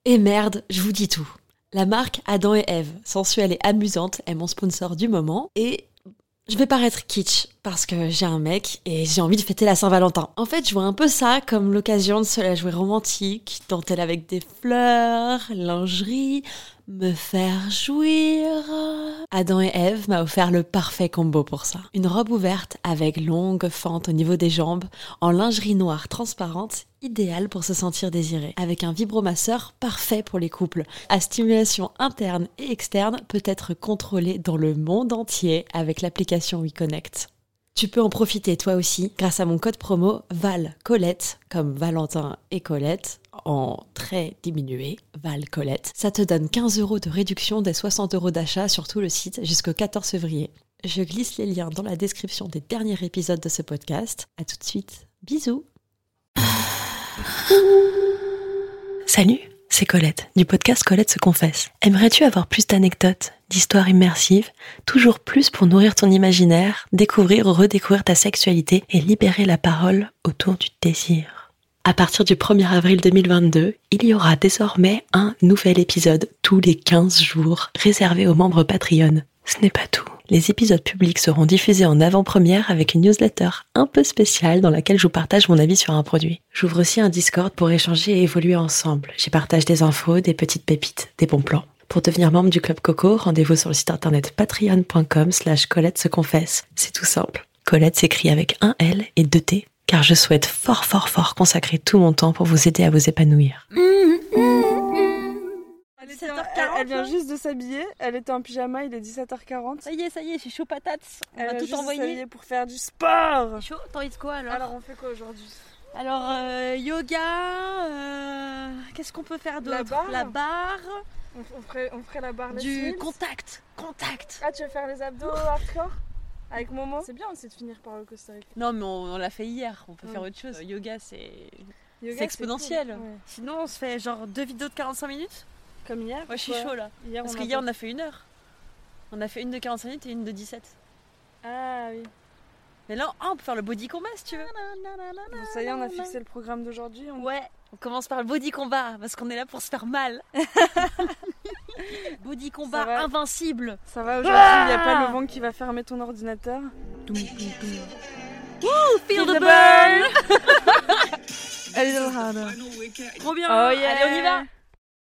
Et merde, je vous dis tout. La marque Adam et Ève, sensuelle et amusante, est mon sponsor du moment et je vais paraître kitsch parce que j'ai un mec et j'ai envie de fêter la Saint-Valentin. En fait, je vois un peu ça comme l'occasion de se la jouer romantique, dentelle avec des fleurs, lingerie, me faire jouir. Adam et Ève m'a offert le parfait combo pour ça. Une robe ouverte avec longue fente au niveau des jambes, en lingerie noire transparente, idéale pour se sentir désiré. Avec un vibromasseur parfait pour les couples. À stimulation interne et externe, peut être contrôlée dans le monde entier avec l'application WeConnect. Tu peux en profiter toi aussi grâce à mon code promo VALCOLETTE, comme Valentin et Colette, en très diminué, VALCOLETTE. Ça te donne 15 € de réduction des 60 € d'achat sur tout le site jusqu'au 14 février. Je glisse les liens dans la description des derniers épisodes de ce podcast. À tout de suite. Bisous. Salut, c'est Colette, du podcast Colette se confesse. Aimerais-tu avoir plus d'anecdotes, d'histoires immersives, toujours plus pour nourrir ton imaginaire, découvrir ou redécouvrir ta sexualité et libérer la parole autour du désir? À partir du 1er avril 2022, il y aura désormais un nouvel épisode tous les 15 jours, réservé aux membres Patreon. Ce n'est pas tout. Les épisodes publics seront diffusés en avant-première avec une newsletter un peu spéciale dans laquelle je vous partage mon avis sur un produit. J'ouvre aussi un Discord pour échanger et évoluer ensemble. J'y partage des infos, des petites pépites, des bons plans. Pour devenir membre du Club Coco, rendez-vous sur le site internet patreon.com/Colette se confesse. C'est tout simple. Colette s'écrit avec un L et 2 T, car je souhaite fort consacrer tout mon temps pour vous aider à vous épanouir. Elle vient juste de s'habiller, elle était en pyjama, il est 17h40. Ça y est, je suis chaud patate. On Elle va a tout juste envoyer. s'habiller pour faire du sport. Chaud, t'as envie de quoi alors? Alors on fait quoi aujourd'hui? Alors yoga, qu'est-ce qu'on peut faire d'autre? La barre. barre. On ferait la barre Du lifting. contact. Ah, tu veux faire les abdos hardcore avec Momo? C'est bien aussi de finir par le Costa Rica. Non mais on l'a fait hier, on peut Ouais. faire autre chose. Yoga c'est Yoga, exponentiel. cool. Ouais. Sinon on se fait genre 2 vidéos de 45 minutes. Comme hier. Moi je suis chaud là. Hier, Parce qu'hier on a fait 1 heure. On a fait une de 45 minutes et une de 17. Ah oui. Mais là on peut faire le body combat si tu veux. Bon, ça y est, on a fixé le programme d'aujourd'hui. Ouais, on commence par le body combat parce qu'on est là pour se faire mal. Body combat Ça va. invincible. Ça va, aujourd'hui, il n'y a pas le vent qui va fermer ton ordinateur. Feel the burn. A little harder. Trop bien. Oh yeah. Allez on y va.